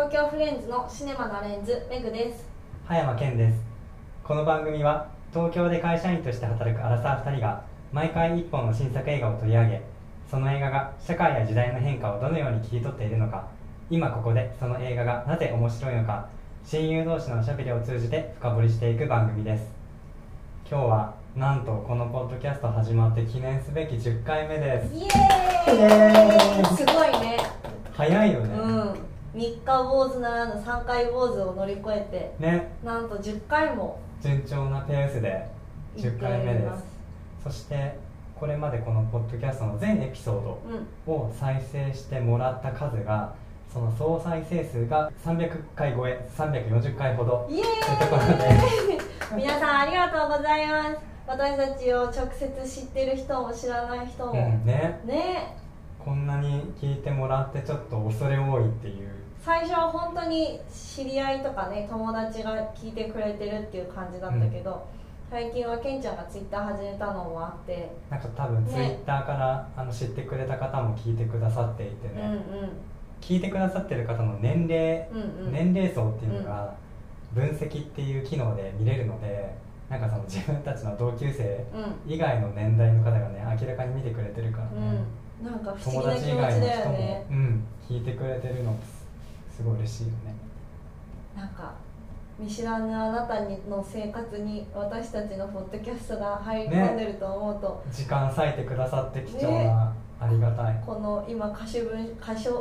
東京フレンズのシネマのレンズメグです。 葉山健です。この番組は東京で会社員として働くアラサー2人が毎回1本の新作映画を取り上げ、その映画が社会や時代の変化をどのように切り取っているのか、今ここでその映画がなぜ面白いのか、親友同士のおしゃべりを通じて深掘りしていく番組です。今日はなんとこのポッドキャスト始まって記念すべき10回目です。 イエーイすごいね。 早いよね。 3日坊主ならぬ3回坊主を乗り越えて、ね、なんと10回も順調なペースで10回目です。そしてこれまでこのポッドキャストの全エピソードを再生してもらった数が、その総再生数が300回超え、340回ほどというところで皆さんありがとうございます。私たちを直接知ってる人も知らない人も、ねこんなに聞いてもらってちょっと恐れ多いっていう。 最初は本当に知り合いとかね、友達が聞いてくれてるっていう感じだったけど、最近はケンちゃんがツイッター始めたのもあって、 なんか多分ツイッターから知ってくれた方も聞いてくださっていてね、聞いてくださってる方の年齢層っていうのが分析っていう機能で見れるので、なんかその自分たちの同級生以外の年代の方がね明らかに見てくれてるからね、 なんか不思議な気持ちだよね。 聞いてくれてるのすごい嬉しいよね。 なんか見知らぬあなたの生活に私たちのポッドキャストが入り込んでると思うと、 時間割いてくださって貴重な、ありがたい。 この今可処分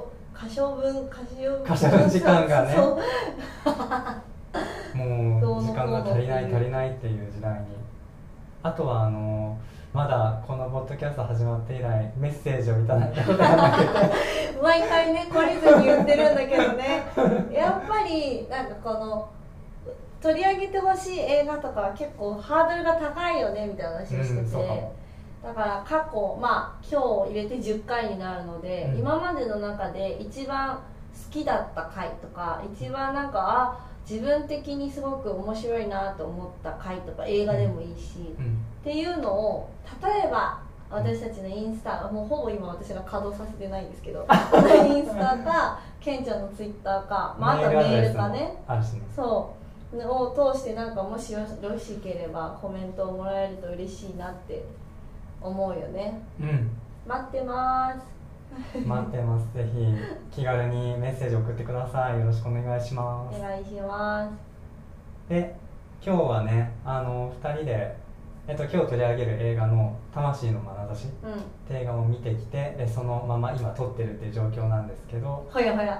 時間がねもう時間が足りないっていう時代に。あとはまだこのポッドキャスト始まって以来メッセージをいただいたことがなくて毎回ね懲りずに言ってるんだけどねやっぱりなんかこの取り上げてほしい映画とかは結構ハードルが高いよねみたいな話をしてて、だから過去今日入れて10回になるので、今までの中で一番好きだった回とか、一番なんか自分的にすごく面白いなと思った回とか映画でもいいし、っていうのを例えば私たちのインスタ、もうほぼ今私が稼働させてないんですけどインスタかケンちゃんのツイッターか、あとメールかね、そうを通してなんかもしよろしければコメントをもらえると嬉しいなって思うよね。待ってます待ってます。ぜひ気軽にメッセージ送ってください。よろしくお願いします。 お願いします。 で、今日はね2人で、今日取り上げる映画の「魂の眼差し」って映画を見てきて、そのまま今撮ってるっていう状況なんですけど、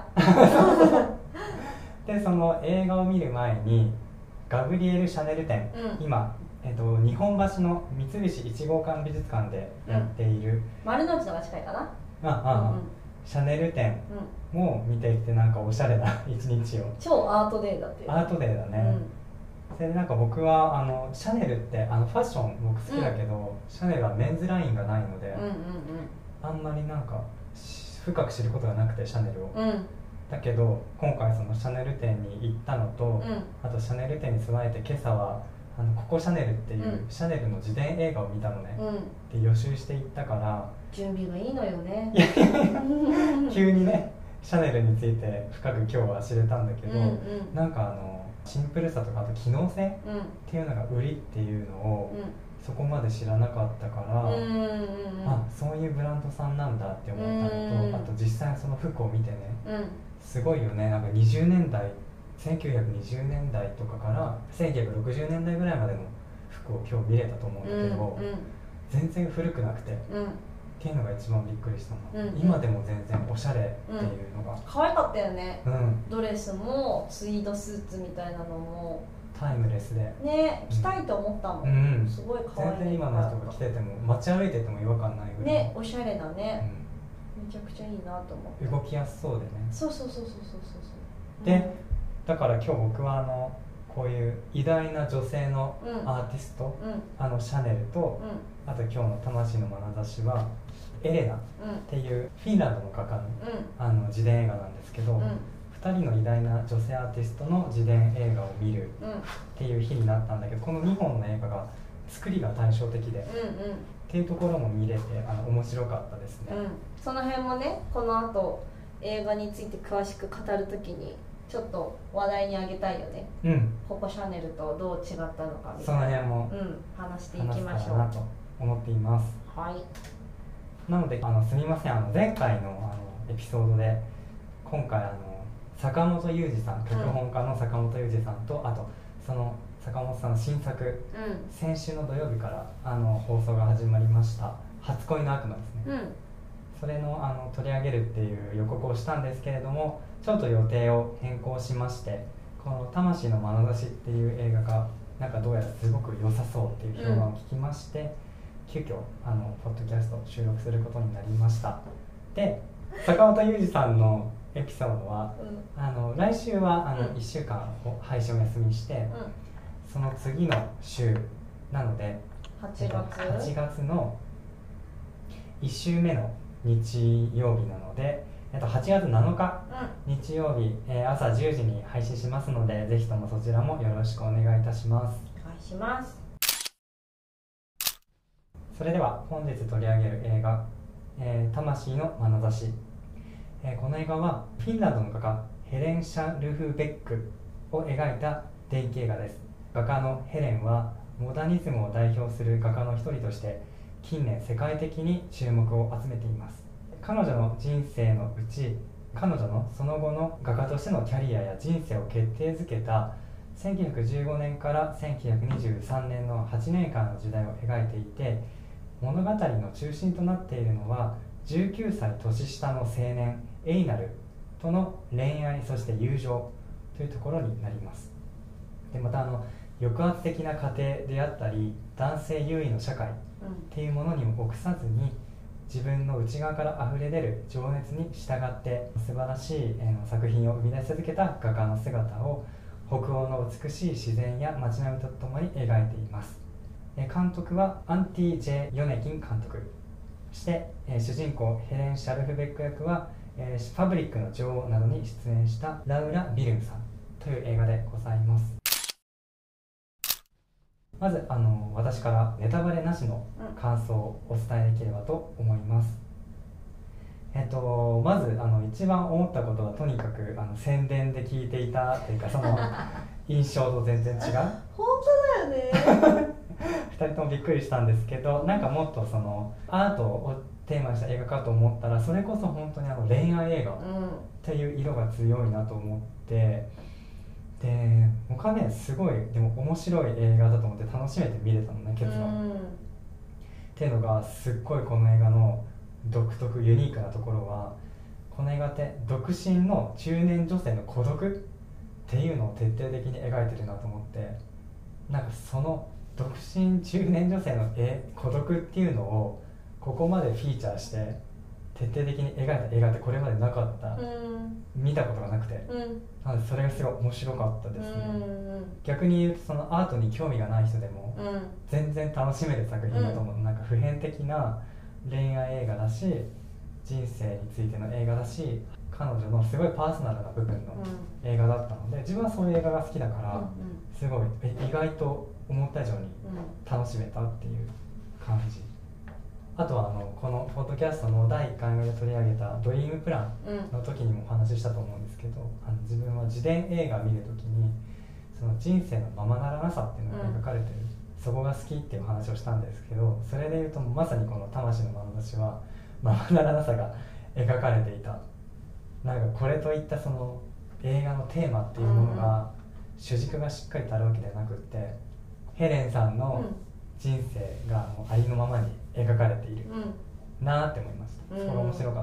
でその映画を見る前にガブリエル・シャネル展、今日本橋の三菱一号館美術館でやっている、 丸の内のが近いかな、 シャネル展を見てきて、なんかおしゃれな一日を。 超アートデーだっていう。 アートデーだね。それでなんか僕はシャネルってファッション僕好きだけど、シャネルはメンズラインがないので、あんまりなんか深く知ることがなくてシャネルを、だけど今回そのシャネル店に行ったのと、あとシャネル店に備えて今朝はココシャネルっていうシャネルの自伝映画を見たのね、で予習していったから準備がいいのよね急にねシャネルについて深く今日は知れたんだけど、なんかシンプルさとかあと機能性っていうのが売りっていうのを、そこまで知らなかったから、そういうブランドさんなんだって思ったのと、あと実際その服を見てね、すごいよね。なんか1920年代とかから1960年代ぐらいまでの服を今日見れたと思うんだけど、全然古くなくて、っていうのが一番びっくりしたの、今でも全然おしゃれっていうのが、 可愛かったよね、ドレスもツイードスーツみたいなのもタイムレスでね、着たいと思ったもん、すごい可愛い。 全然今の人が着てても街歩いてても違和感ないぐらいね、おしゃれだね、めちゃくちゃいいなと思って。 動きやすそうでね。 そうで、だから今日僕はこういう偉大な女性のアーティスト、シャネルと、あと今日の魂の眼差しはエレナっていうフィンランドの画家の、自伝映画なんですけど、2人の偉大な女性アーティストの自伝映画を見るっていう日になったんだけど、この2本の映画が作りが対照的で、っていうところも見れて面白かったですね。 その辺もね、この後映画について詳しく語るときにちょっと話題にあげたいよね。 うん、 ココシャネルとどう違ったのかみたいな、 その辺も話していきましょう。 話せたらなと思っています。 はい。 なのですみません、前回のエピソードで今回坂本裕二さん、脚本家の坂本裕二さんと、あとその坂本さんの新作、先週の土曜日から放送が始まりました「初恋の悪魔」ですね、それの取り上げるっていう予告をしたんですけれども、ちょっと予定を変更しまして、この「魂の眼差し」っていう映画がなんかどうやらすごく良さそうっていう評判を聞きまして、急遽ポッドキャストを収録することになりました。で、坂本裕二さんのエピソードは、来週は1週間配信を休みして、その次の週なので8月の1週目の日曜日なので、8月7日、日曜日、朝10時に配信しますので、ぜひともそちらもよろしくお願いいたします。 お願いします。 それでは本日取り上げる映画「魂の眼差し」。この映画はフィンランドの画家ヘレン・シャルフベックを描いた伝記映画です。画家のヘレンはモダニズムを代表する画家の一人として近年世界的に注目を集めています。彼女の人生のうち、彼女のその後の画家としてのキャリアや人生を決定づけた1915年から1923年の8年間の時代を描いていて、物語の中心となっているのは19歳年下の青年エイナルとの恋愛、そして友情というところになります。でまた抑圧的な家庭であったり男性優位の社会っていうものにも臆さずに、自分の内側からあふれ出る情熱に従って素晴らしい作品を生み出し続けた画家の姿を北欧の美しい自然や街並みとともに描いています。監督はアンティ・ジェ・ヨネキン監督、そして主人公ヘレン・シャルフベック役はファブリックの女王などに出演したラウラ・ビルムさんという映画でございます。まず私からネタバレなしの感想をお伝えできればと思います。まず一番思ったことは、とにかく宣伝で聞いていたというか、その印象と全然違う本当だよね 2人ともびっくりしたんですけど、なんかもっとそのアートをテーマにした映画かと思ったら、それこそ本当に恋愛映画っていう色が強いなと思って、で他ね、すごいでも面白い映画だと思って楽しめて見れたのね、結論っていうのが、すっごいこの映画の独特ユニークなところは、この映画って独身の中年女性の孤独っていうのを徹底的に描いてるなと思って、なんかその独身中年女性の孤独っていうのをここまでフィーチャーして徹底的に描いた映画ってこれまでなかった、見たことがなくて、なのでそれがすごい面白かったですね。逆に言うと、そのアートに興味がない人でも全然楽しめる作品だと思う。なんか普遍的な恋愛映画だし、人生についての映画だし、彼女のすごいパーソナルな部分の映画だったので、自分はそういう映画が好きだから、すごい意外と思った以上に楽しめたっていう感じ。あとはこのポッドキャストの第1回目で取り上げたドリームプランの時にもお話ししたと思うんですけど、自分は自伝映画見る時にその人生のままならなさっていうのが描かれてる、そこが好きっていう話をしたんですけど、それでいうとまさにこの魂の眼差しはままならなさが描かれていた。なんかこれといったその映画のテーマっていうものが主軸がしっかりとあるわけではなくって、ヘレンさんの人生がもうありのままに描かれているなって思いました。それが面白かった。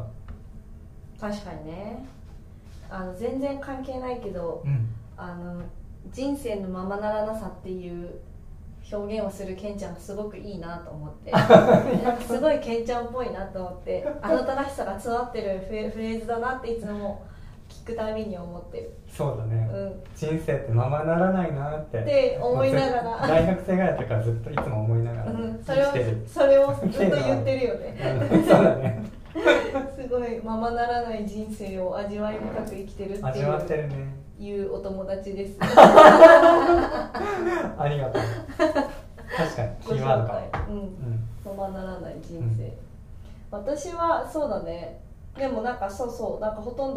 確かにね。全然関係ないけど、人生のままならなさっていう表現をするケンちゃんがすごくいいなと思ってなんかすごいケンちゃんっぽいなと思って、あの正しさが詰まってるフレーズだなっていつも聞くたびに思ってる。 そうだね、人生ってままならないなって思いながら大学生ぐらいだったからずっといつも思いながら、 それをずっと言ってるよねそうだねすごいままならない人生を味わい深く生きてるっていう、 味わってるね、 いうお友達ですありがとう確かにキーワードかままならない人生、私はそうだね。でもなんかそうなんかほとんど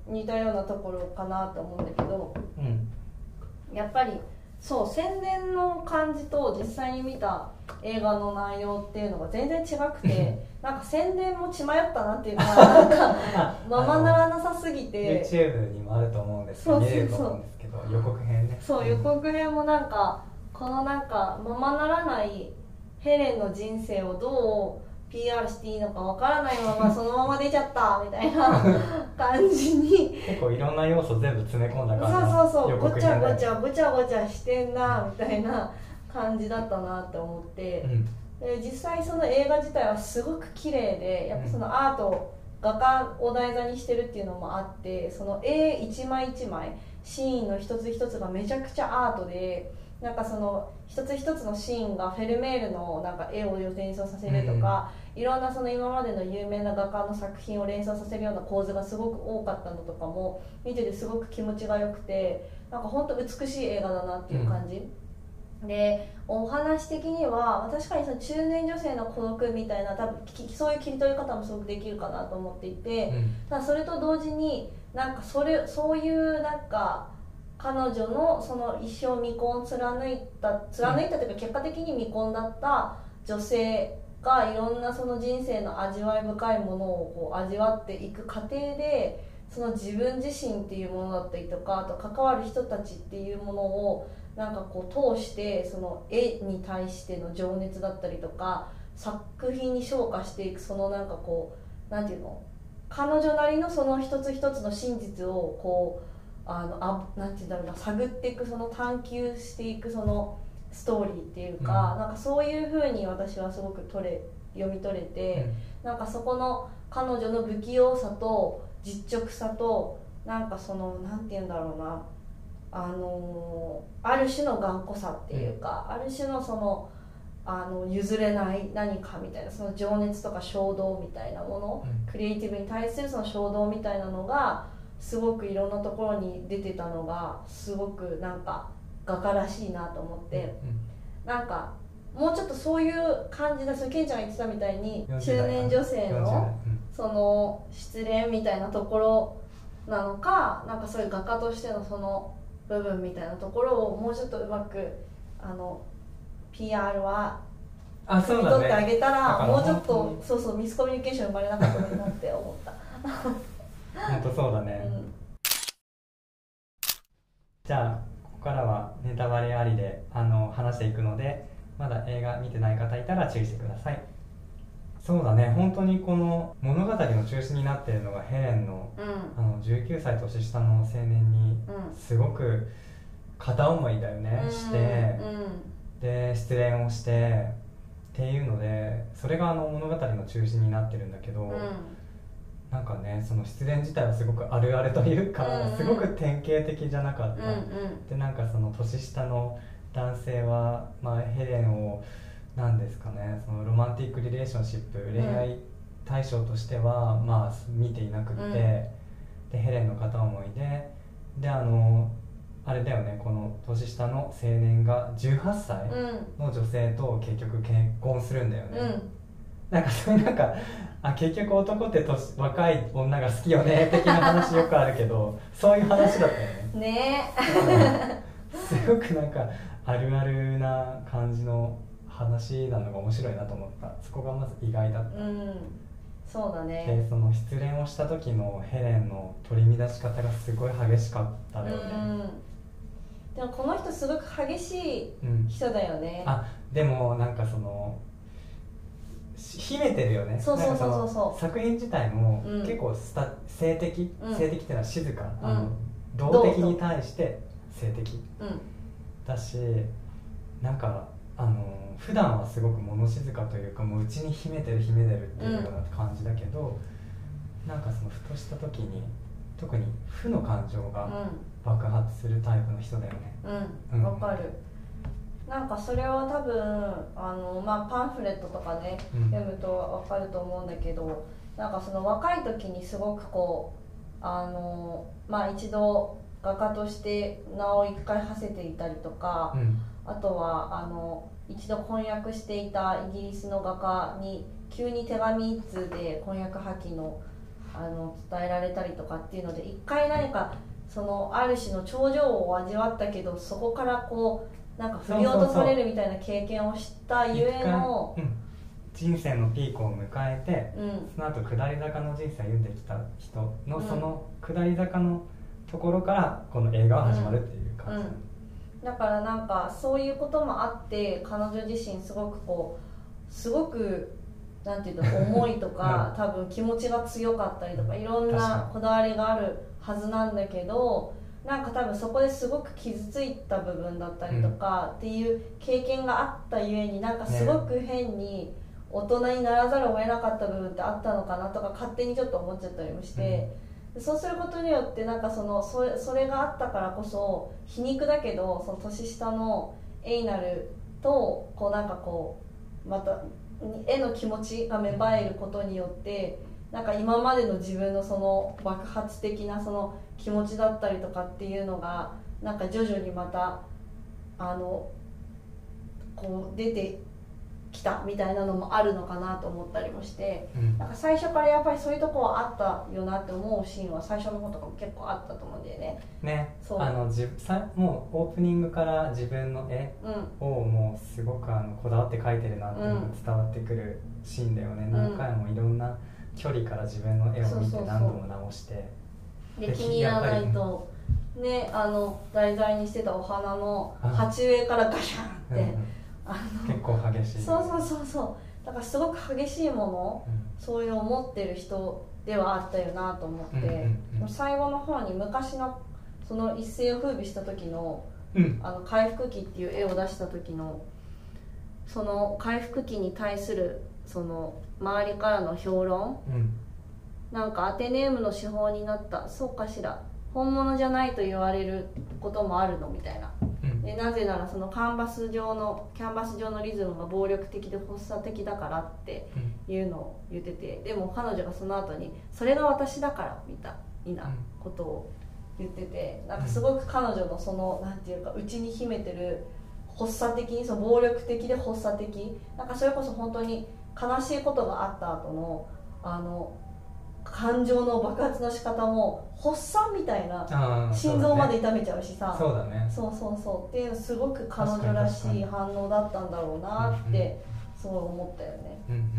似たようなところかなと思うんだけど、やっぱりそう宣伝の感じと実際に見た映画の内容っていうのが全然違くてなんか宣伝も血迷ったなっていうのはなんかままならなさすぎて YouTube にもあると思うんですけど、見れると思うんですけど、予告編ね。 そう、予告編もなんかこのなんかままならないヘレンの人生をどう PR していいのかわからないままそのまま出ちゃったみたいな感じに結構いろんな要素全部詰め込んだ感じのそうごちゃごちゃごちゃごちゃしてんなみたいな感じだったなって思って、で実際その映画自体はすごく綺麗で、やっぱそのアート画家を題材にしてるっていうのもあって、その絵一枚一枚シーンの一つ一つがめちゃくちゃアートで、なんかその一つ一つのシーンがフェルメールのなんか絵を連想させるとか、いろんなその今までの有名な画家の作品を連想させるような構図がすごく多かったのとかも見ててすごく気持ちが良くて、なんか本当美しい映画だなっていう感じ、でお話的には確かにその中年女性の孤独みたいな多分そういう切り取り方もすごくできるかなと思っていて、ただそれと同時になんかそういうなんか彼女のその一生未婚を貫いたというか結果的に未婚だった女性がいろんなその人生の味わい深いものをこう味わっていく過程で、その自分自身っていうものだったりとか、あと関わる人たちっていうものをなんかこう通してその絵に対しての情熱だったりとか作品に昇華していくそのなんかこうなんていうの、彼女なりのその一つ一つの真実をこうなんていうんだろうな、探っていく、その探求していくそのストーリーっていうか、なんかそういう風に私はすごく読み取れて、なんかそこの彼女の不器用さと実直さとなんかそのなんていうんだろうな、ある種の頑固さっていうか、ある種のその譲れない何かみたいな、その情熱とか衝動みたいなもの、クリエイティブに対するその衝動みたいなのがすごくいろんなところに出てたのがすごくなんか画家らしいなと思って、なんかもうちょっとそういう感じだ、ケンちゃんが言ってたみたいに中年女性のその失恋みたいなところなのか、なんかそういう画家としてのその部分みたいなところをもうちょっとうまくPR は汲み取ってあげたら、もうちょっとミスコミュニケーション生まれなかったのになって思った本当そうだね、じゃあここからはネタバレありで話していくので、まだ映画見てない方いたら注意してください。そうだね、本当にこの物語の中心になっているのがヘレンの、19歳年下の青年にすごく片思いだよね、して、で失恋をしてっていうので、それが物語の中心になってるんだけど、なんかね、その失恋自体はすごくあるあるというか、すごく典型的じゃなかった、でなんかその年下の男性は、ヘレンをなんですかね、そのロマンティックリレーションシップ、恋愛対象としては見ていなくって、でヘレンの片思いであれだよね、この年下の青年が18歳の女性と結局結婚するんだよね、なんかそういうなんか結局男って若い女が好きよね的な話よくあるけどそういう話だったよね。すごくなんかあるあるな感じの話なのが面白いなと思った。そこがまず意外だった、 そうだね。 でその失恋をした時のヘレンの取り乱し方がすごい激しかったよね、 でもこの人すごく激しい人だよね、 でもなんかその秘めてるよね。 そう作品自体も結構性的っていうのは静か、動的に対して性的、だし、なんか普段はすごく物静かというか、もう内に秘めてるっていうような感じだけど、なんかそのふとした時に特に負の感情が爆発するタイプの人だよね。 わかる。なんかそれは多分パンフレットとかね、読むと分かると思うんだけど、なんかその若い時にすごくこう一度画家として名を一回馳せていたりとか、あとは一度婚約していたイギリスの画家に急に手紙一通で婚約破棄の伝えられたりとかっていうので、一回何かそのある種の頂上を味わったけど、そこからこうなんか振り落とされるみたいな経験をしたゆえの、 人生のピークを迎えて、その後下り坂の人生を歩んできた人の、その下り坂のところからこの映画は始まるっていう感じ、 だからなんかそういうこともあって、彼女自身すごくなんていうの、思いとか多分気持ちが強かったりとか、いろんなこだわりがあるはずなんだけど、なんか多分そこですごく傷ついた部分だったりとかっていう経験があったゆえに、なんかすごく変に大人にならざるを得なかった部分ってあったのかなとか勝手にちょっと思っちゃったりもして、そうすることによってなんかそれがあったからこそ、皮肉だけどその年下のエイナルとこうなんかこうまた絵の気持ちが芽生えることによって、なんか今までの自分のその爆発的なその気持ちだったりとかっていうのがなんか徐々にまたこう出てきたみたいなのもあるのかなと思ったりもして、なんか最初からやっぱりそういうとこはあったよなって思うシーンは最初の方とかも結構あったと思うんだよね。そうもうオープニングから自分の絵をもうすごくこだわって描いてるなっていうのが伝わってくるシーンだよね。何回もいろんな距離から自分の絵を見て何度も直して、 で気に入らないとね、題材にしてたお花の鉢植えからガシャンって、 結構激しい。 そうだからすごく激しいもの、そういうのを持ってる人ではあったよなと思って、最後の方に昔のその一世を風靡した時の、回復期っていう絵を出した時のその回復期に対するその周りからの評論、なんかアテネウムの手法になった、そうかしら、本物じゃないと言われることもあるのみたいな、でなぜならそのキャンバス上のリズムが暴力的で発作的だからっていうのを言ってて、でも彼女がその後にそれが私だからみたいなことを言ってて、なんかすごく彼女のそのなんていうか内に秘めてる発作的に、その暴力的で発作的、なんかそれこそ本当に悲しいことがあった後の感情の爆発の仕方も発作みたいな、心臓まで痛めちゃうしさ、 そうだね、 そうっていうのすごく彼女らしい反応だったんだろうなってすごい思ったよね。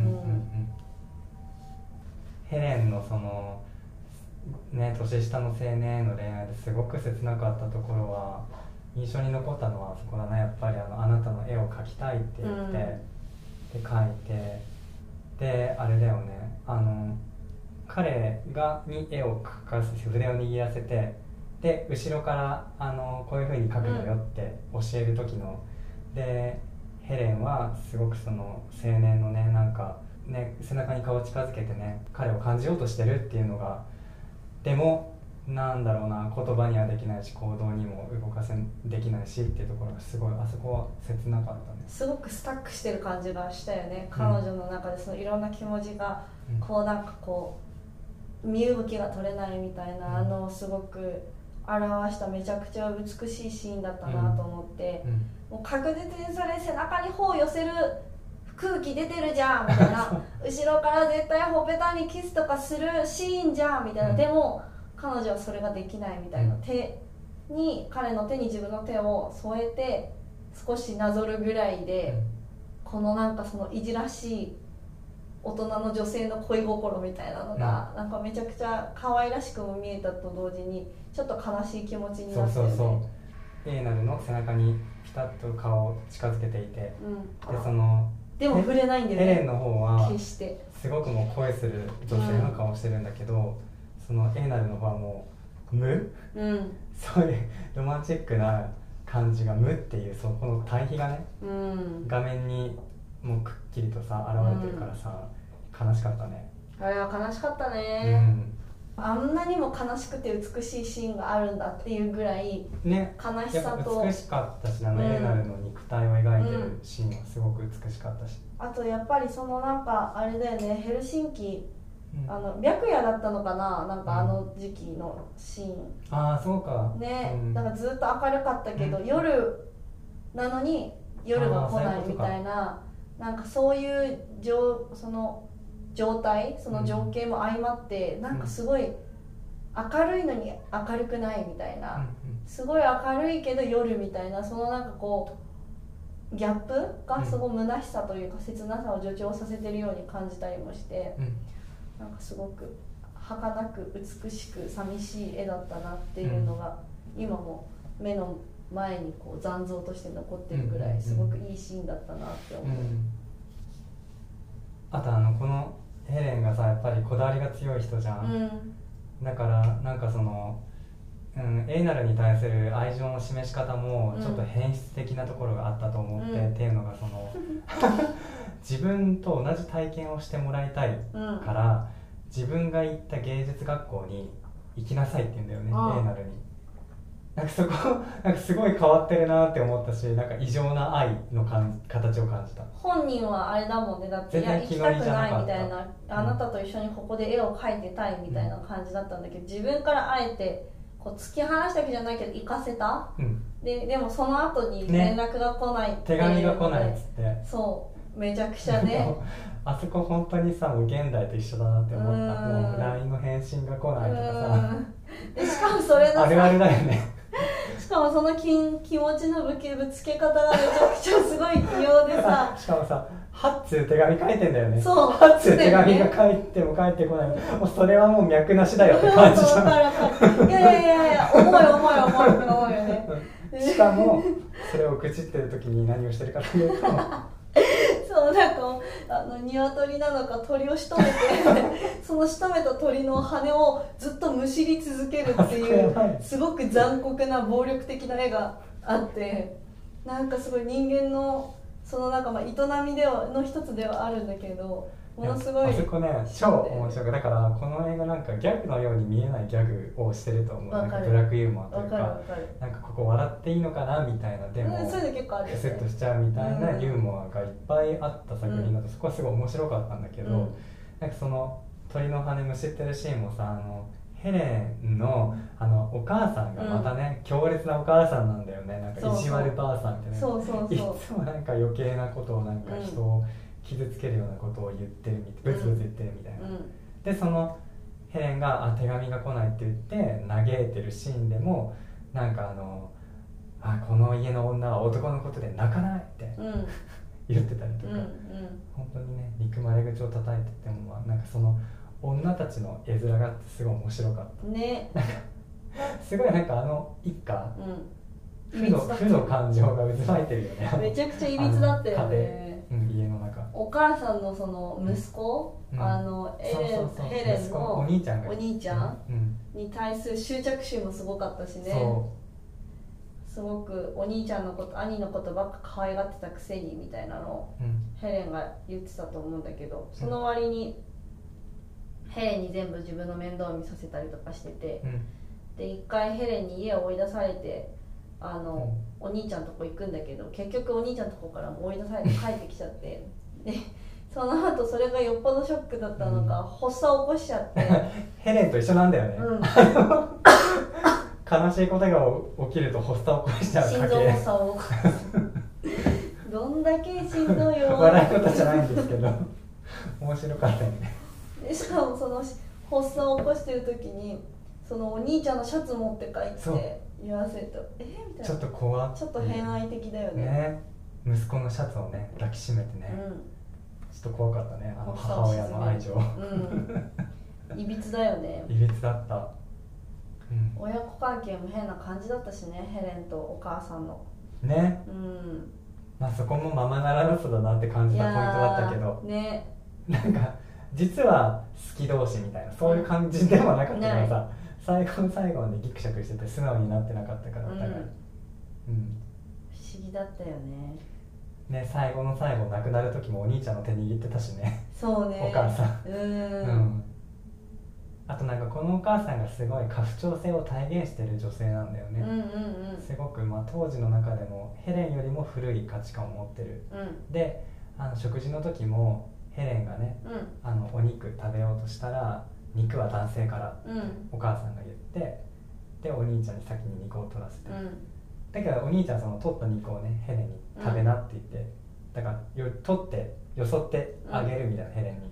ヘレンのそのね、年下の青年への恋愛ですごく切なかったところは、印象に残ったのはそこだね。やっぱりあなたの絵を描きたいって言って、で描いて、であれだよね、彼に絵を描かせて筆を握らせて、で後ろからこういう風に描くのよって教える時の、でヘレンはすごくその青年のね、なんかね、背中に顔を近づけてね、彼を感じようとしてるっていうのが、でもなんだろうな、言葉にはできないし行動にもできないしっていうところがすごい、あそこは切なかったね。すごくスタックしてる感じがしたよね、彼女の中で。そのいろんな気持ちがこうなんかこう身動きが取れないみたいなのをすごく表しためちゃくちゃ美しいシーンだったなと思って、もう確実にそれ背中に頬を寄せる空気出てるじゃんみたいな後ろから絶対ほっぺたにキスとかするシーンじゃんみたいな、でも彼女はそれができないみたいな、彼の手に自分の手を添えて少しなぞるぐらいで、このなんかそのいじらしい大人の女性の恋心みたいなのが、なんかめちゃくちゃ可愛らしくも見えたと同時にちょっと悲しい気持ちになってよね。 エーナルの背中にピタッと顔を近づけていて、 でも触れないんだよね。 ヘレンの方は決してすごくもう恋する女性の顔をしてるんだけど、そのエーナルの方はもう無、そういうロマンチックな感じが無っていう、そこの対比がね、画面にもうくっきりとさ現れてるからさ、悲しかったね。 あれは悲しかったね、あんなにも悲しくて美しいシーンがあるんだっていうぐらい、悲しさと美しかったし、エーナルの肉体を描いてるシーンはすごく美しかったし、 あとやっぱりそのなんかあれだよね、ヘルシンキ、白夜だったのかな、なんかあの時期のシーン、 ああそうかね、だからずっと明るかったけど、夜なのに夜が来ないみたいな、なんかそういうその状態、その情景も相まって、なんかすごい明るいのに明るくないみたいな、すごい明るいけど夜みたいな、そのなんかこうギャップがすごい虚しさというか切なさを助長させてるように感じたりもして、なんかすごく儚く美しく寂しい絵だったなっていうのが、今も目の前にこう残像として残ってるぐらいすごくいいシーンだったなって思う。 あとこのヘレンがさ、やっぱりこだわりが強い人じゃん、だからなんかその、エイナルに対する愛情の示し方もちょっと変質的なところがあったと思って、っていうのがその自分と同じ体験をしてもらいたいから、自分が行った芸術学校に行きなさいって言うんだよね、エイナルに。なんかそこなんかすごい変わってるなって思ったし、なんか異常な愛の形を感じた。 本人はあれだもんね、だっていや行きたくないみたいな、あなたと一緒にここで絵を描いてたいみたいな感じだったんだけど、自分からあえてこう突き放したわけじゃないけど行かせた、でもその後に連絡が来ないっていうので、 手紙が来ないっつって、 そうめちゃくちゃねあそこ本当にさ、もう現代と一緒だなって思った。もう LINE の返信が来ないとかさ、 でしかもそれのさあるあるだよねしかもその気持ちのぶつけ方がめちゃくちゃすごい器用でさしかもさ、8通手紙書いてんだよね。 そう 8通手紙が書いても書いてこない、もうそれはもう脈なしだよって感じじゃん。 いや重いよねしかもそれを愚痴ってる時に何をしてるかというとそうなんか鶏なのか鳥を仕留めてその仕留めた鳥の羽をずっとむしり続けるっていうすごく残酷な暴力的な絵があって、なんかすごい人間のそのなんか営みの一つではあるんだけど、ものすごいあそこね超面白い。だからこの映画なんかギャグのように見えないギャグをしてると思う。なんかブラックユーモアというか、なんかここ笑っていいのかなみたいな、でもそういうの結構あるよね、 クスッとしちゃうみたいなユーモアがいっぱいあった作品だと、そこはすごい面白かったんだけど、なんかその鳥の羽むしってるシーンもさ、ヘレンのお母さんがまたね、強烈なお母さんなんだよね。なんか意地悪ばあさんってね、いつもなんか余計なことをなんか人を傷つけるようなことを言ってるブツブツ言ってるみたいな、でそのヘレンが手紙が来ないって言って嘆いてるシーンでも、なんかこの家の女は男のことで泣かないって、言ってたりとか、本当にね憎まれ口を叩いてても、なんかその女たちの絵面がすごい面白かったね。なんかすごいなんか一家、負の感情が渦巻いてるよね。 めちゃくちゃいびつだったよね。 家の中、 お母さんのその息子、ヘレンのお兄ちゃんに対する執着心もすごかったしね。すごくお兄ちゃんのこと兄のことばっか可愛がってたくせにみたいなのをヘレンが言ってたと思うんだけど、その割にヘレンに全部自分の面倒を見させたりとかしてて、で一回ヘレンに家を追い出されてお兄ちゃんのとこ行くんだけど、結局お兄ちゃんのとこからも追い出されて帰ってきちゃってでその後それがよっぽどショックだったのか、発作を起こしちゃってヘレンと一緒なんだよね、悲しいことが起きると発作を起こしちゃう心臓発作をどんだけ心臓弱笑い事じゃないんですけど面白かったよね。 でしかもその発作を起こしてる時にそのお兄ちゃんのシャツ持って帰って言わせるとみたいな、 ちょっと怖ちょっと偏愛的だよね。 息子のシャツをね抱きしめてね、ちょっと怖かったね、母親の愛情。 いびつだよね。 いびつだった。 親子関係も変な感じだったしね、ヘレンとお母さんのね。まあそこもままならなさだなって感じたポイントだったけどね、なんか実は好き同士みたいなそういう感じではなかったからさ、最後の最後までギクシャクしてて素直になってなかったからお互い、不思議だったよね。 最後の最後亡くなる時もお兄ちゃんの手握ってたしね。 そうね、 お母さん。あとなんかこのお母さんがすごい家父長制を体現してる女性なんだよね。すごく当時の中でもヘレンよりも古い価値観を持ってる、で食事の時もヘレンがね、お肉食べようとしたら肉は男性から、お母さんが言って、でお兄ちゃんに先に肉を取らせて、だからお兄ちゃんその取った肉をねヘレンに食べなって言って、だから取ってよそってあげるみたいな、ヘレンに。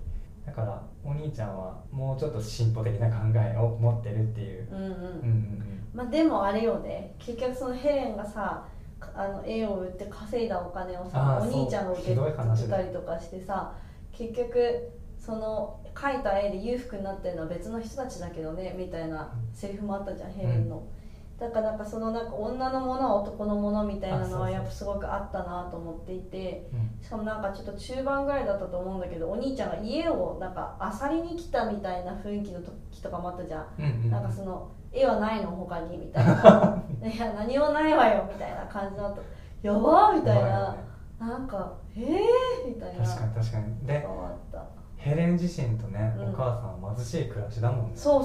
だからお兄ちゃんはもうちょっと進歩的な考えを持ってるっていう。 まあでもあれよね、結局そのヘレンがさ絵を売って稼いだお金をさお兄ちゃんが受け取ったりとかしてさ、結局その描いた絵で裕福になってるのは別の人たちだけどねみたいなセリフもあったじゃん、ヘレンの。だからなんかそのなんか女のものは男のものみたいなのはやっぱすごくあったなと思っていて、しかもなんかちょっと中盤ぐらいだったと思うんだけど、お兄ちゃんが家をなんか漁りに来たみたいな雰囲気の時とかもあったじゃん。なんかその絵はないの他にみたいないや何もないわよみたいな感じだった。やばーみたいな、なんかみたいな。 確かに確かに。でヘレン自身とね、お母さんは貧しい暮らしだもんね。 そう、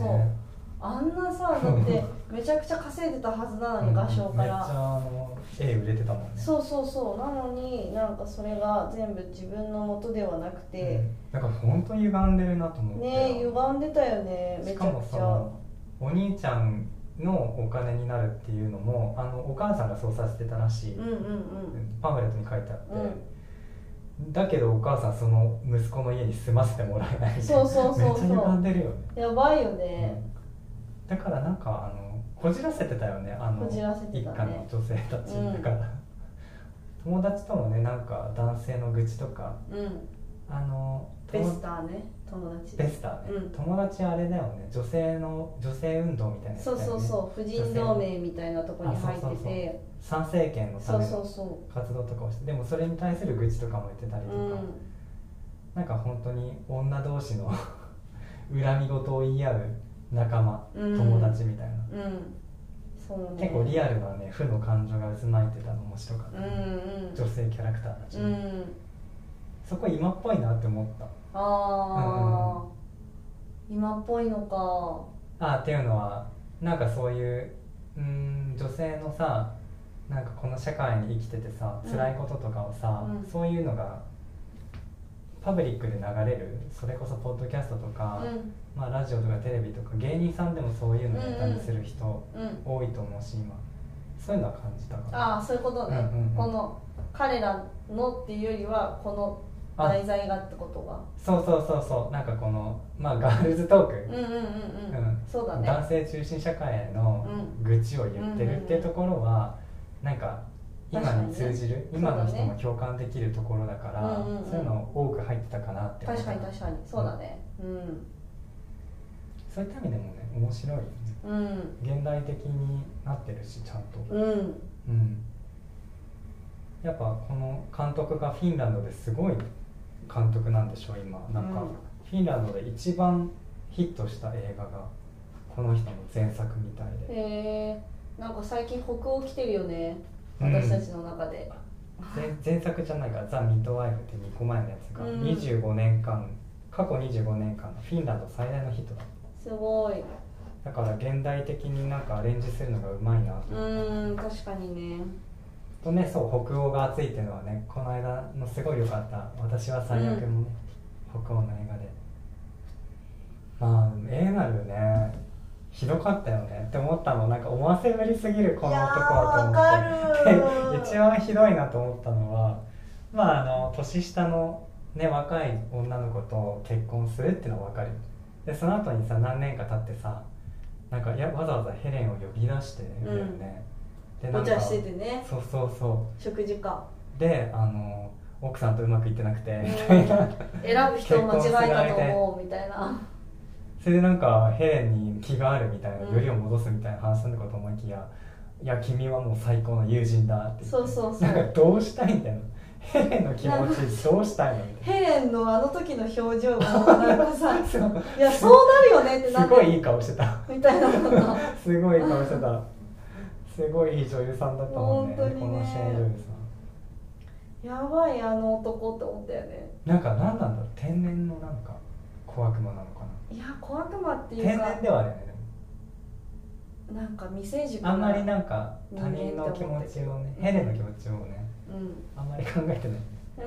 ね、あんなさだってめちゃくちゃ稼いでたはずなのに画商からめっちゃ絵売れてたもんね。 そうなのになんかそれが全部自分の元ではなくて、 なんか本当に歪んでるなと思ってね。歪んでたよね、めちゃくちゃ。しかもさお兄ちゃんのお金になるっていうのもお母さんがそうさせてたらしい、パンフレットに書いてあって、だけどお母さんその息子の家に住ませてもらえないみたいな。そうめっちゃ歪んでるよね。 やばいよね、 だからなんかこじらせてたよね、一家の女性たち、だから友達ともねなんか男性の愚痴とか、 ベスターね、友達ベスターね、友達あれだよね、女性運動みたいなやつだよね。 そう婦人同盟みたいなところに入ってて、 参政権のための活動とかをして、でもそれに対する愚痴とかも言ってたりとか、なんか本当に女同士の恨み事を言い合う仲間、友達みたいな、そうね、結構リアルなね負の感情が渦巻いてたの面白かった、女性キャラクターたち、そこ今っぽいなって思った。 今っぽいのか。 っていうのはなんかそういう女性のさ、なんかこの社会に生きててさ辛いこととかをさ、そういうのがパブリックで流れる、それこそポッドキャストとか、ラジオとかテレビとか芸人さんでもそういうのネタにする人多いと思うし、今そういうのは感じたかな。 そういうことね、この彼らのっていうよりはこの題材がってことが、 そうなんかこのガールズトーク、 そうだね、 男性中心社会への愚痴を言ってるっていうところはなんか今に通じる、今の人も共感できるところだから、そういうの多く入ってたかなって思った。 確かにそうだね、 そういった意味でもね面白いよね、現代的になってるしちゃんと、やっぱこの監督がフィンランドですごい監督なんでしょう今。なんかフィンランドで一番ヒットした映画がこの人の前作みたいで、 なんか最近北欧来てるよね、私たちの中で。 前作じゃないか、ザ・ミッドワイフって2個前のやつが25年間、過去25年間のフィンランド最大のヒットだった。 すごい。 だから現代的になんかアレンジするのがうまいなと思った。 確かにね。 とね、そう北欧が熱いっていうのはね、この間のすごい良かった「私は最悪」もね、北欧の映画で、映画でねひどかったよねって思ったの。なんか思わせぶりすぎるこの男はと思って、一番ひどいなと思ったのは、年下のね若い女の子と結婚するっていうのは分かる。でその後にさ何年か経ってさ、なんかわざわざヘレンを呼び出してるんだよね、 お茶しててね。 そう食事かで奥さんとうまくいってなくてみたいな、 選ぶ人を間違えたと思うみたいな。 それでなんかヘレンに気があるみたいな、よりを戻すみたいな話なのかと思いきや、いや君はもう最高の友人だって言って、そうなんかどうしたいみたいな、ヘレンの気持ちどうしたいのみたいな。 ヘレンのあの時の表情もなんかさいやそうなるよねってなって、 すごいいい顔してたみたいなのがすごいいい顔してた。すごいいい女優さんだったもんね、 本当にね、 このシェーン・ルーさん。やばいあの男って思ったよね。 なんか何なんだろう、天然のなんか小悪魔なのかな。 いや小悪魔っていうか天然ではあるよね。 でもなんか未成熟なあんまりなんか他人の気持ちをね、ヘレンの気持ちをね、あんまり考えてない。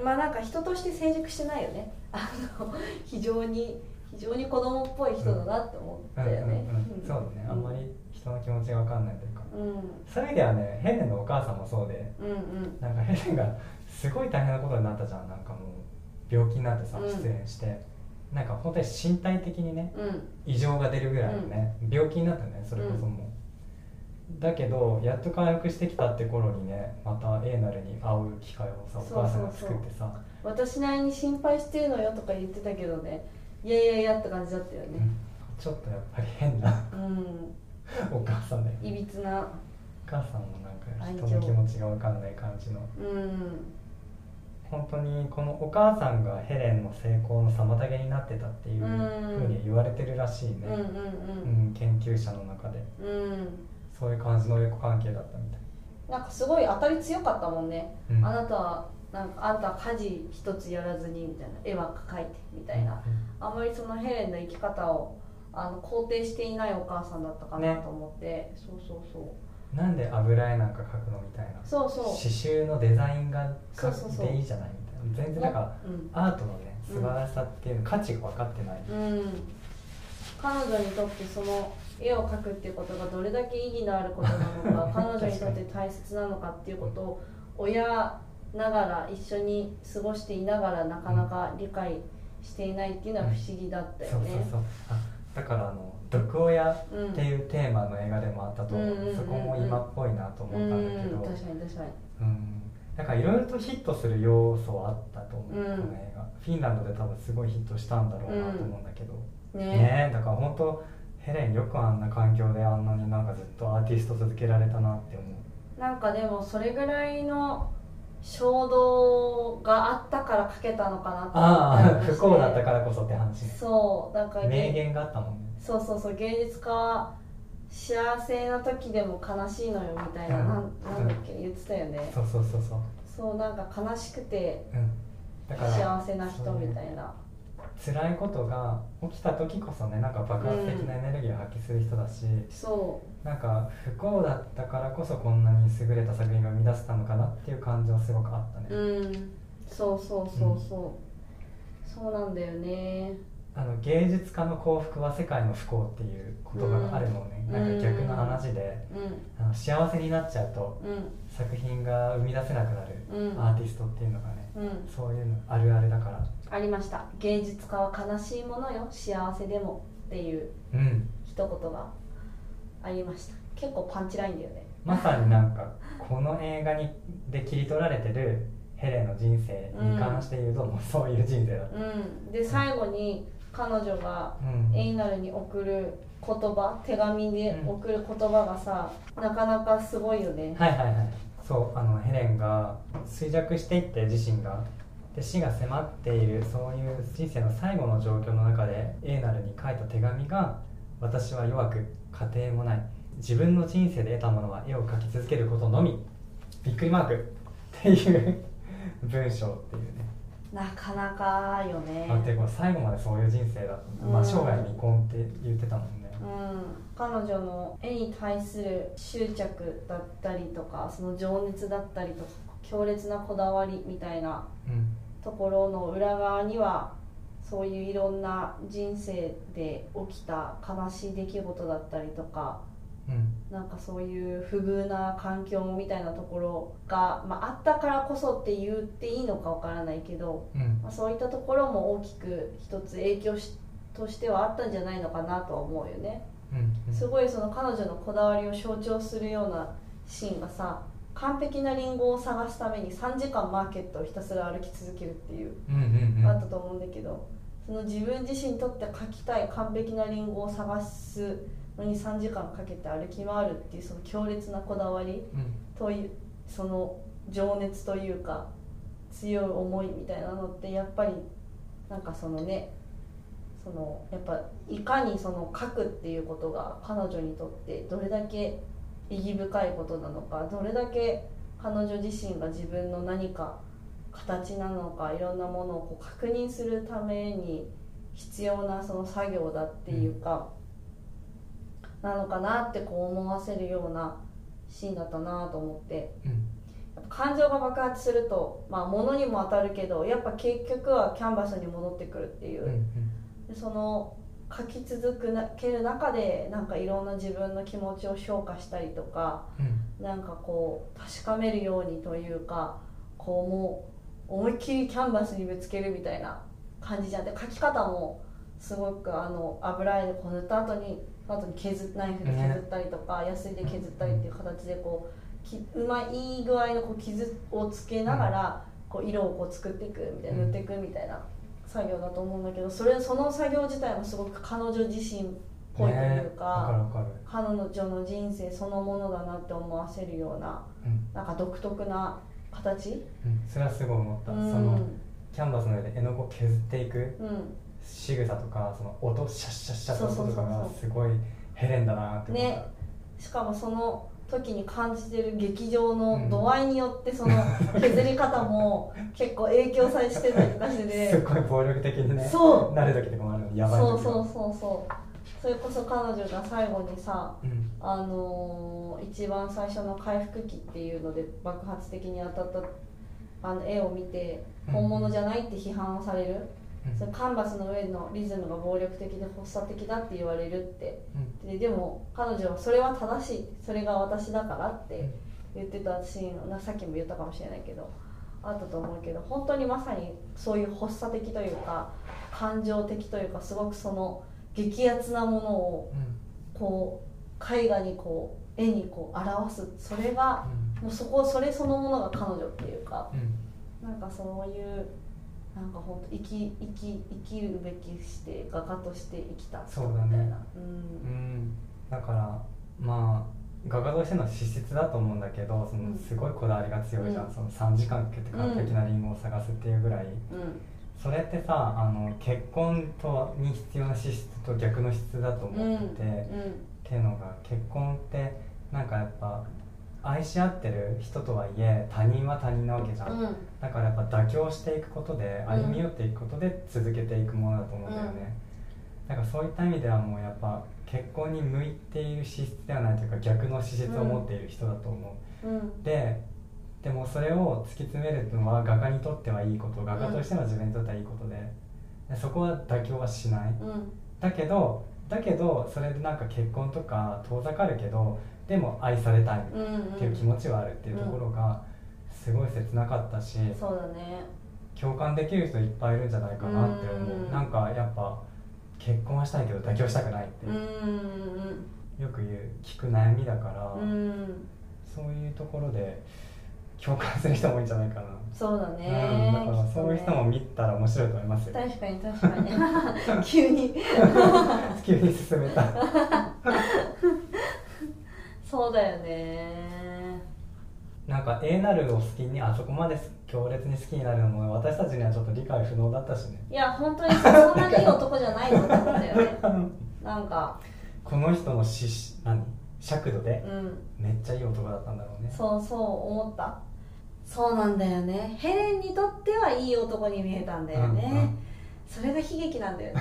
なんか人として成熟してないよね。非常に子供っぽい人だなって思ったよね。 そうだね、あんまり人の気持ちが分かんないというか、そういう意味ではね、ヘレンのお母さんもそうで、なんかヘレンがすごい大変なことになったじゃん。なんかもう病気になってさ、出演して、 なんか本当に身体的にね、異常が出るぐらいのね、病気になったね、それこそもう、だけどやっと回復してきたって頃にね、またエーナルに会う機会をさ、お母さんが作ってさ、 私なりに心配してるのよとか言ってたけどね、いやいやいやって感じだったよね、 ちょっとやっぱり変なお母さんだよね。 いびつなお母さんもなんか人の気持ちが分かんない感じの、本当にこのお母さんがヘレンの成功の妨げになってたっていうふうに言われてるらしいね、研究者の中で、そういう感じの親子関係だったみたい。 なんかすごい当たり強かったもんね、あなたはなんかあんたは家事一つやらずにみたいな、絵ばっか描いてみたいな、あんまりそのヘレンの生き方を肯定していないお母さんだったかなと思って、ね、そうなんで油絵なんか描くのみたいな、刺繍のデザインがでいいじゃないみたいな、全然なんか、アートのね素晴らしさっていうの、価値が分かってない、 彼女にとってその絵を描くっていうことがどれだけ意義のあることなのか彼女にとって大切なのかっていうことを親ながら一緒に過ごしていながらなかなか理解していないっていうのは不思議だったよね。 だから毒親っていうテーマの映画でもあったと思う、そこも今っぽいなと思ったんだけど、 確かにだからいろいろとヒットする要素はあったと思う、この映画。フィンランドで多分すごいヒットしたんだろうなと思うんだけど、だから本当ヘレンよくあんな環境であんなになんかずっとアーティスト続けられたなって思う。 なんかでもそれぐらいの衝動があったから書けたのかなと思ったりして、 不幸だったからこそって話ね。 そうなんか名言があったもんね。 そう芸術家は幸せな時でも悲しいのよみたいな、なんだっけ言ってたよね。そうなんか悲しくて幸せな人みたいな、 辛いことが起きた時こそね、なんか爆発的なエネルギーを発揮する人だし、なんか不幸だったからこそこんなに優れた作品が生み出せたのかなっていう感じはすごくあったね。そうなんだよね。 芸術家の幸福は世界の不幸っていう言葉があるのね、なんか逆の話で、幸せになっちゃうと、作品が生み出せなくなる、アーティストっていうのがね、そういうのあるあるだから。 ありました。芸術家は悲しいものよ、幸せでもっていう一言がありました。結構パンチラインだよね。 まさになんかこの映画で切り取られてるヘレンの人生に関して言うと、もうそういう人生だった、 で最後に彼女がエイナルに送る言葉、手紙で送る言葉がさ、なかなかすごいよね。 そうヘレンが衰弱していって自身がで死が迫っている、そういう人生の最後の状況の中でエーナルに書いた手紙が、私は弱く家庭もない、自分の人生で得たものは絵を描き続けることのみ、びっくりマークっていう文章っていうね、 なかなかよね。 でも最後までそういう人生だった、生涯未婚って言ってたもんね。 彼女の絵に対する執着だったりとか、その情熱だったりとか強烈なこだわりみたいなところの裏側には、そういういろんな人生で起きた悲しい出来事だったりとか、なんかそういう不遇な環境みたいなところが、あったからこそって言っていいのかわからないけど、そういったところも大きく一つ影響としてはあったんじゃないのかなとは思うよね。すごいその彼女のこだわりを象徴するようなシーンがさ、完璧なリンゴを探すために3時間マーケットをひたすら歩き続けるっていう、あったと思うんだけど、その自分自身にとって描きたい完璧なリンゴを探すのに3時間かけて歩き回るっていう、その強烈なこだわりという、その情熱というか強い思いみたいなのって、やっぱりなんかそのね、そのやっぱいかにその書くっていうことが彼女にとってどれだけ意義深いことなのか、どれだけ彼女自身が自分の何か形なのか、いろんなものをこう確認するために必要なその作業だっていうか、なのかなってこう思わせるようなシーンだったなと思って、やっぱ感情が爆発すると、物にも当たるけど、やっぱ結局はキャンバスに戻ってくるっていう、でその書き続ける中でなんかいろんな自分の気持ちを消化したりとか、なんかこう確かめるようにというか、こうもう思いっきりキャンバスにぶつけるみたいな感じじゃん。で書き方もすごく油絵でこう塗った後にナイフで削ったりとか、ヤスリで削ったりっていう形でこういい具合のこう傷をつけながら、こう色をこう作っていくみたいな、塗っていくみたいな作業だと思うんだけど、その作業自体もすごく彼女自身っぽいというか、彼女の人生そのものだなって思わせるような、なんか独特な形、 それはすごい思った、そのキャンバスの上で絵の具を削っていく仕草とか、その音シャッシャッシャッと音とかがすごいヘレンだなって思った、 しかもその時に感じてる劇場の度合いによってその削り方も結構影響されしてたりとかしててすごい暴力的にねなる時とかもあるの、やばい時それこそ彼女が最後にさ、一番最初の回復期っていうので爆発的に当たった絵を見て本物じゃないって批判をされる、それカンバスの上のリズムが暴力的で発作的だって言われるって、でも彼女はそれは正しい、それが私だからって言ってたシーンがさっきも言ったかもしれないけどあったと思うけど、本当にまさにそういう発作的というか感情的というか、すごくその激アツなものをこう絵画にこう絵にこう表す、それがもうそれそのものが彼女っていうか、なんかそういうなんか本当生きるべきして画家として生きたみたいな。 そうだね、だからまあ画家としての資質だと思うんだけど、そのすごいこだわりが強いじゃん、その3時間かけて完璧なリンゴを探すっていうぐらい、それってさ結婚に必要な資質と逆の質だと思ってて、っていうのが結婚ってなんかやっぱ愛し合ってる人とはいえ他人は他人なわけじゃん、だからやっぱ妥協していくことで歩み寄っていくことで続けていくものだと思うんだよね、だからそういった意味ではもうやっぱ結婚に向いている資質ではないというか逆の資質を持っている人だと思う、でもそれを突き詰めるのは画家にとってはいいこと、画家としての自分にとってはいいことで、そこは妥協はしない、だけどそれでなんか結婚とか遠ざかるけどでも愛されたいっていう気持ちはあるっていうところがすごい切なかったし、 そうだね、 共感できる人いっぱいいるんじゃないかなって思う、なんかやっぱ結婚はしたいけど妥協したくないってよく聞く悩みだから、そういうところで共感する人も多いんじゃないかな。 そうだね、 だからそういう人も見たら面白いと思いますよ。 確かに急に進めたそうだよね。 なんか A なるを好きにあそこまで強烈に好きになるのも私たちにはちょっと理解不能だったしね。 いや本当にそんなにいい男じゃないと思うんだよねなんかこの人の尺度でめっちゃいい男だったんだろうね。 そう思った。そうなんだよね、ヘレンにとってはいい男に見えたんだよね、それが悲劇なんだよね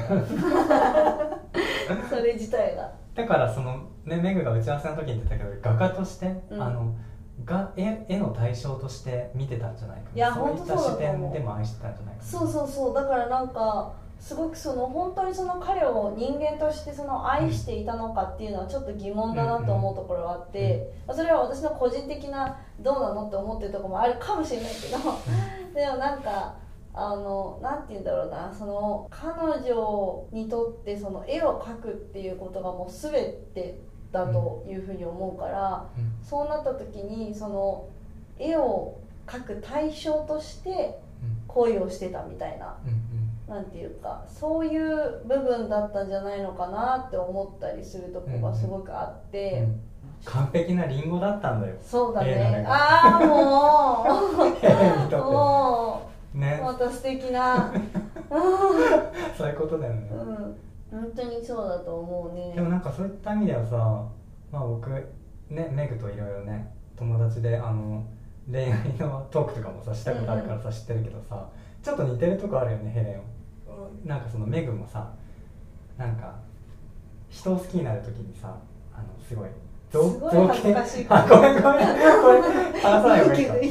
それ自体が。 だからそのね、メグが打ち合わせの時に言ってたけど画家として、絵の対象として見てたんじゃないかな。 いやそういった視点でも愛してたんじゃないかな。 そうだからなんかすごく本当にその彼を人間として愛していたのかっていうのはちょっと疑問だなと思うところがあって、それは私の個人的などうなのって思ってるところもあるかもしれないけどでもなんかなんて言うんだろうな、彼女にとって絵を描くっていうことがもう全てだというふうに思うから、そうなった時に絵を描く対象として恋をしてたみたいな、なんていうかそういう部分だったんじゃないのかなって思ったりするところがすごくあって、 完璧なリンゴだったんだよ。 そうだね、ああもうもうね、 また素敵なそういうことだよね、 本当にそうだと思うね。 でもなんかそういった意味ではさ、僕ねメグといろいろね友達で恋愛のトークとかもさしたことあるからさ、知ってるけどさ、ちょっと似てるとこあるよねヘレンを。なんかメグもさ、なんか人を好きになるときにさすごい恥ずかしいごめんこれ話さない方がいいか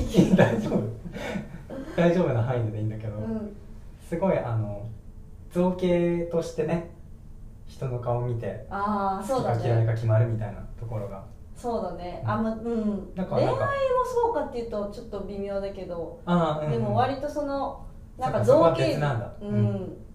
大丈夫な範囲でいいんだけど、すごい造形としてね人の顔を見て好きか嫌いか決まるみたいなところが。 そうだね、恋愛もそうかっていうとちょっと微妙だけど、でも割となんか造形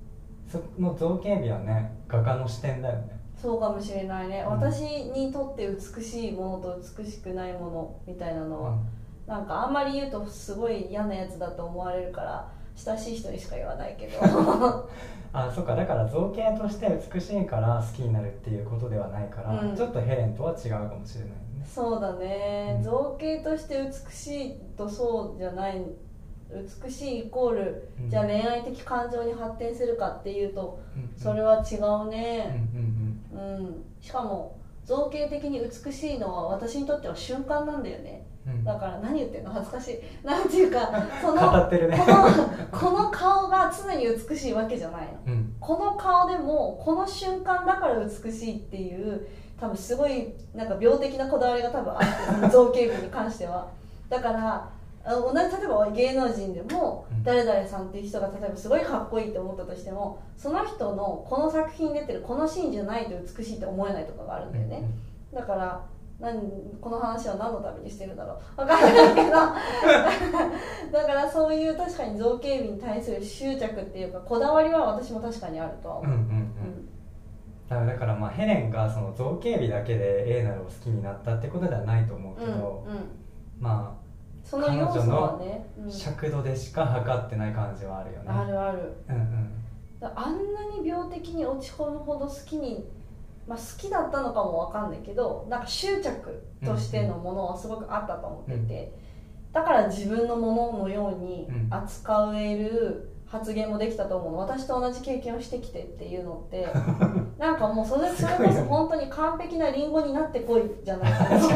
その造形美はね画家の視点だよね。 そうかもしれないね、私にとって美しいものと美しくないものみたいなのは、なんかあんまり言うとすごい嫌なやつだと思われるから親しい人にしか言わないけどあ、そっか、だから造形として美しいから好きになるっていうことではないから、ちょっとヘレンとは違うかもしれないね。 そうだね、造形として美しいとそうじゃない、美しいイコール、じゃあ恋愛的感情に発展するかっていうと、それは違うね。しかも造形的に美しいのは私にとっては瞬間なんだよね、だから何言ってんの恥ずかしい、なんていうかその語ってるねこの顔が常に美しいわけじゃないの、この顔でもこの瞬間だから美しいっていう多分すごいなんか病的なこだわりが多分あって造形美に関しては。だから同じ、例えば芸能人でも誰々さんっていう人が例えばすごいかっこいいと思ったとしても、その人のこの作品に出てるこのシーンじゃないと美しいって思えないとかがあるんだよね。だからこの話は何のためにしてるんだろう分かんないけどだからそういう確かに造形美に対する執着っていうかこだわりは私も確かにあるとは思う。 だからまあヘレンがその造形美だけでエーナルを好きになったってことではないと思うけど、まあその要素はね、 彼女の尺度でしか測ってない感じはあるよね。 あるある。あんなに病的に落ち込むほど好きに、好きだったのかもわかんないけど、なんか執着としてのものはすごくあったと思っていて、だから自分のもののように扱える発言もできたと思うの。私と同じ経験をしてきてっていうのってなんかもうそれこそ本当に完璧なリンゴになってこいじゃないかな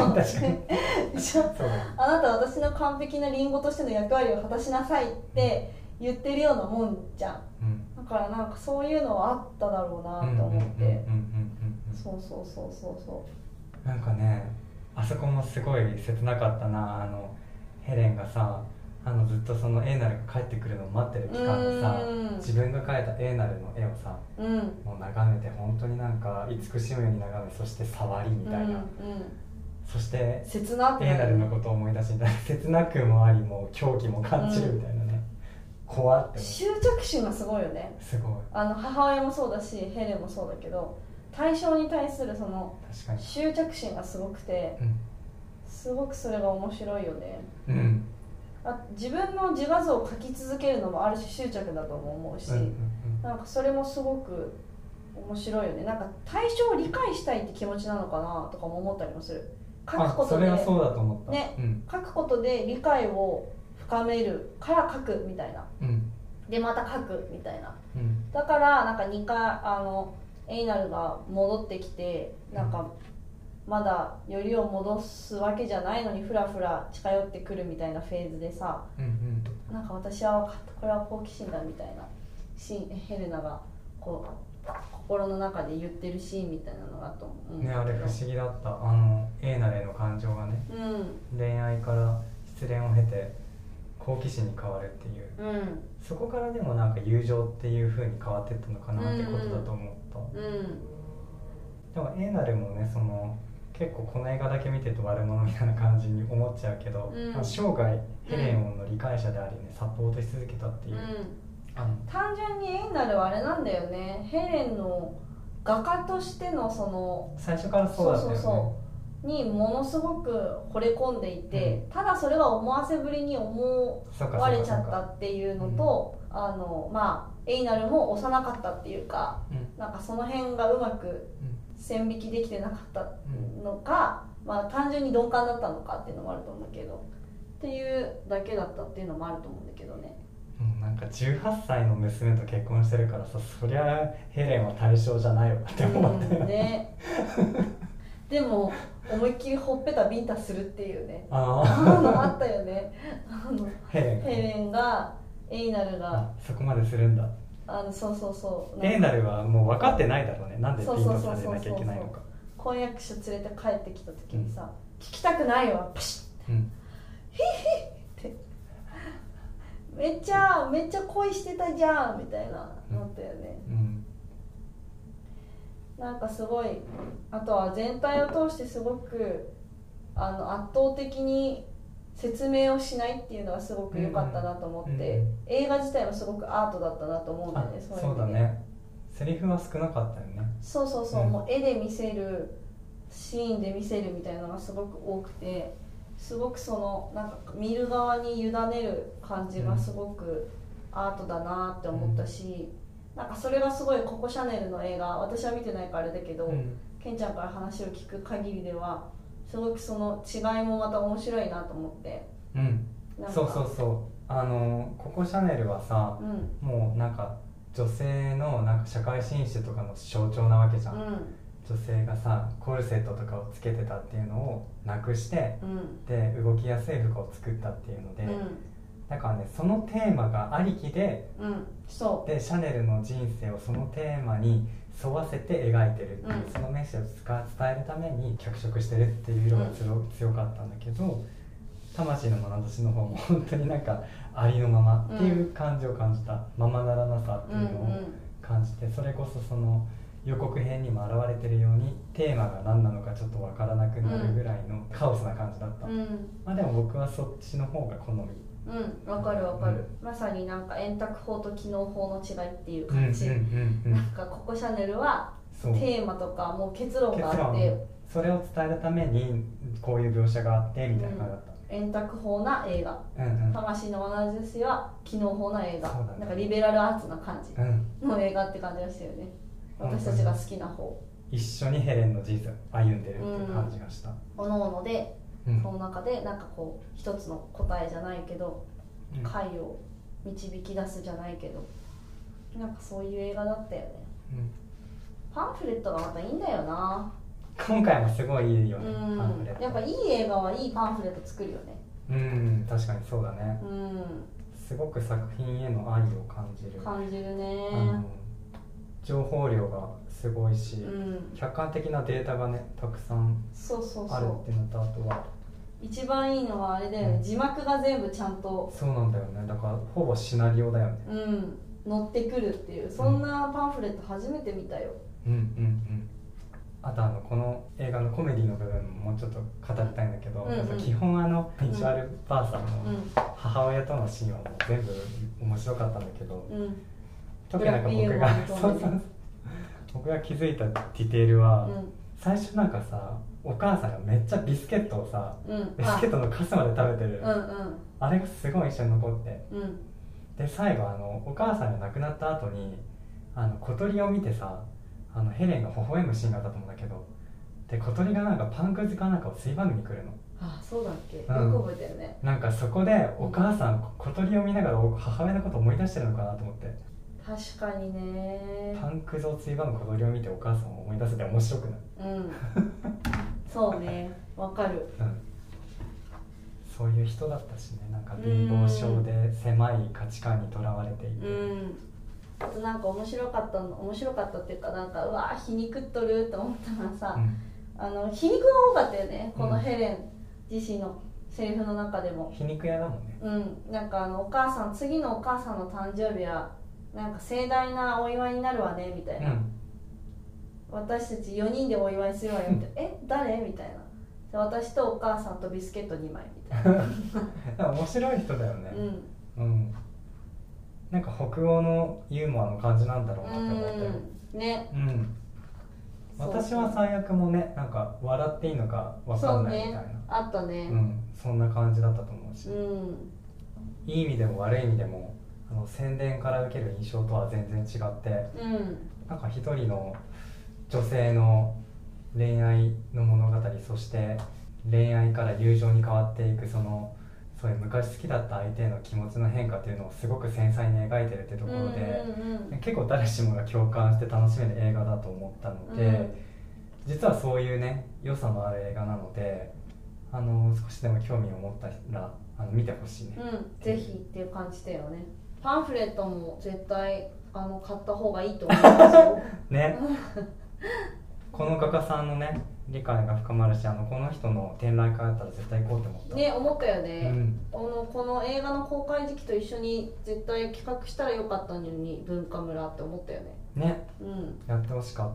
あなたは私の完璧なリンゴとしての役割を果たしなさいって言ってるようなもんじゃん、だからなんかそういうのはあっただろうなと思って、そうなんかね、あそこもすごい切なかったな。ヘレンがさ、ずっとそのエーナルが帰ってくるのを待ってる期間でさ、自分が描いたエーナルの絵をさ、もう眺めて本当になんか慈しむように眺め、そして触りみたいな、そしてエーナルのことを思い出しみたいな、切なくもありもう狂気も感じるみたいなね、怖って執着心がすごいよね。 すごい。 母親もそうだしヘレンもそうだけど、対象に対するその執着心がすごくて、すごくそれが面白いよね。自分の自画像を描き続けるのもある種執着だとも思うし、なんかそれもすごく面白いよね。なんか対象を理解したいって気持ちなのかなとかも思ったりもする。書くことで、 それはそうだと思った、 書くことで理解を深めるから書くみたいな、でまた書くみたいな、だからなんか2回エイナルが戻ってきて、なんかまだよりを戻すわけじゃないのにふらふら近寄ってくるみたいなフェーズでさ、なんか私は分かった、これは好奇心だみたいなシーン、ヘレナがこう心の中で言ってるシーンみたいなのがと思うね。 あれ不思議だった。エーナルへの感情がね、恋愛から失恋を経て好奇心に変わるっていう、そこからでもなんか友情っていう風に変わっていったのかなってことだと思った、でもエーナルもね、その結構この映画だけ見てると悪者みたいな感じに思っちゃうけど、生涯ヘレンの理解者でありね、サポートし続けたっていう、 単純にエイナルはあれなんだよね、ヘレンの画家としてのその最初からそうだったよね、 にものすごく惚れ込んでいて、ただそれは思わせぶりに思われちゃったっていうのと、エイナルも幼かったっていうか、なんかその辺がうまく線引きできてなかったのか、単純に鈍感だったのかっていうのもあると思うけど、っていうだけだったっていうのもあると思うんだけどね。 なんか18歳の娘と結婚してるからさ、そりゃヘレンは対象じゃないわって思ったよね。 でも思いっきりほっぺたビンタするっていうね、あったよね。ヘレンがエイナルがそこまでするんだ。エイナルはもう分かってないだろうね、なんでビンタされなきゃいけないのか。 婚約者連れて帰ってきた時にさ、聞きたくないわパシッ、ヒヒってめっちゃ恋してたじゃんみたいななったよね。なんかすごい、あとは全体を通してすごく圧倒的に説明をしないっていうのはすごく良かったなと思って、映画自体もすごくアートだったなと思うんだよね。 そうだね。 セリフは少なかったよね。 そうそうそう、もう絵で見せるシーンで見せるみたいなのがすごく多くて、すごくそのなんか見る側に委ねる感じがすごくアートだなって思ったし、なんかそれがすごいココ・シャネルの映画、私は見てないからあれだけど、ケンちゃんから話を聞く限りではすごくその違いもまた面白いなと思って。 そうそうそう、ココ・シャネルはさ、もうなんか女性のなんか社会進出とかの象徴なわけじゃん、女性がさコルセットとかをつけてたっていうのをなくして、で動きやすい服を作ったっていうので、だからねそのテーマがありきで、でシャネルの人生をそのテーマに沿わせて描いてるっていう、そのメッセージを伝えるために脚色してるっていう色が強かったんだけど、魂の眼差しの方も本当になんかありのままっていう感じを感じた、ままならなさっていうのを感じて、それこそその予告編にも現れてるようにテーマが何なのかちょっと分からなくなるぐらいのカオスな感じだった、まあでも僕はそっちの方が好み。 わかるわかる、まさになんか円卓法と機能法の違いっていう感じ、なんかココ・シャネルはテーマとかもう結論があって、 それを伝えるためにこういう描写があってみたいな感じだった。 円卓法な映画、魂の眼差しは機能法な映画、なんかリベラルアーツな感じの映画って感じがしたよね、私たちが好きな方。 一緒にヘレンの人生歩んでるっていう感じがした。 おのおので、その中でなんかこう一つの答えじゃないけど、解を導き出すじゃないけど、なんかそういう映画だったよね。パンフレットがまたいいんだよな。 今回もすごいいいよね、パンフレット。 やっぱいい映画はいいパンフレット作るよね。 確かにそうだね。すごく作品への愛を感じるね。 情報量がすごいし、客観的なデータがねたくさんあるっていうのと、あとは一番いいのはあれだよね、字幕が全部ちゃんと。 そうなんだよね、だからほぼシナリオだよね。 乗ってくるっていう、そんなパンフレット初めて見たよ。あとこの映画のコメディの部分ももうちょっと語りたいんだけど、基本ビジュアルばあさんの母親とのシーンはもう全部面白かったんだけど、特になんか僕が気づいたディテールは、最初なんかさお母さんがめっちゃビスケットをさ、ビスケットのカスまで食べてる、あれがすごい印象に残って、で最後お母さんが亡くなった後に小鳥を見てさ、ヘレンが微笑むシーンがあったと思うんだけど、で小鳥がなんかパンくずかなんかをついばみに来るの。 そうだっけ、よく覚えてるね。 なんかそこでお母さん、小鳥を見ながら母親のことを思い出してるのかなと思って。 確かにね。 パンくずをついばむ小鳥を見てお母さんを思い出せて面白くない？ そうね、わかる。 そういう人だったしね、なんか貧乏症で狭い価値観にとらわれていて、 あとなんか面白かったっていうか、なんかうわ皮肉っとるって思ったのはさ、皮肉が多かったよね、このヘレン自身のセリフの中でも。 皮肉屋だもんね。 なんかお母さん、次のお母さんの誕生日はなんか盛大なお祝いになるわねみたいな、私たち4人でお祝いするわよみたいな誰みたいな、私とお母さんとビスケット2枚みたいな面白い人だよね。なんか北欧のユーモアの感じなんだろうなって思ったよね。私は最悪もね、なんか笑っていいのか分かんないみたいな、 あったね。 そんな感じだったと思うし、いい意味でも悪い意味でも宣伝から受ける印象とは全然違って、なんか一人の女性の恋愛の物語、そして恋愛から友情に変わっていくそういう昔好きだった相手への気持ちの変化というのをすごく繊細に描いてるってところで、結構誰しもが共感して楽しめる映画だと思ったので、実はそういうね良さのある映画なので、少しでも興味を持ったら見てほしいね。 ぜひっていう感じだよね。パンフレットも絶対買った方がいいと思いますよね。 この画家さんのね理解が深まるし、この人の展覧会だったら絶対行こうって思ったね。思ったよね、この映画の公開時期と一緒に絶対企画したらよかったのに、文化村って思ったよね。 やってほしかった。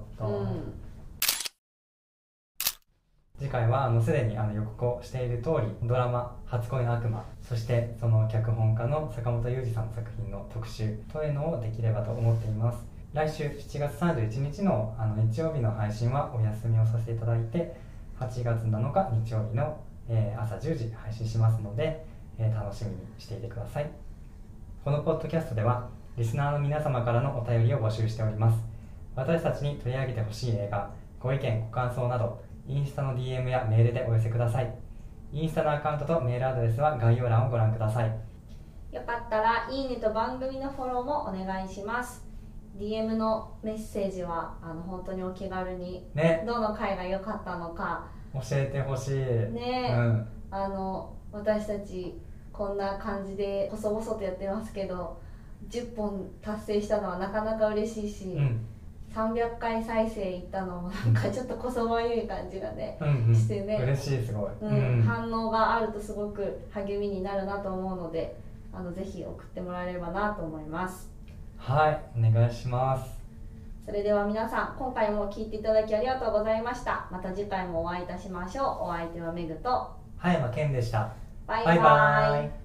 次回はすでに予告をしている通り、ドラマ「初恋の悪魔」、そしてその脚本家の坂本雄二さんの作品の特集というのをできればと思っています。 来週7月31日の日曜日の配信はお休みをさせていただいて、8月7日日曜日の朝10時配信しますので、楽しみにしていてください。このポッドキャストではリスナーの皆様からのお便りを募集しております。私たちに取り上げてほしい映画、ご意見ご感想などインスタの DM やメールでお寄せください。インスタのアカウントとメールアドレスは概要欄をご覧ください。 よかったらいいねと番組のフォローもお願いします。 DM のメッセージは本当にお気軽に、ね、どの回が良かったのか教えてほしいね、私たちこんな感じで細々とやってますけど、10本達成したのはなかなか嬉しいし、300回再生いったのもなんかちょっとこそばゆい感じがね、してね、 嬉しい、すごい、 反応があるとすごく励みになるなと思うので、ぜひ送ってもらえればなと思います。 はい、お願いします。 それでは皆さん、今回も聞いていただきありがとうございました。また次回もお会いいたしましょう。お相手はメグと葉山健でした。 バイバイ。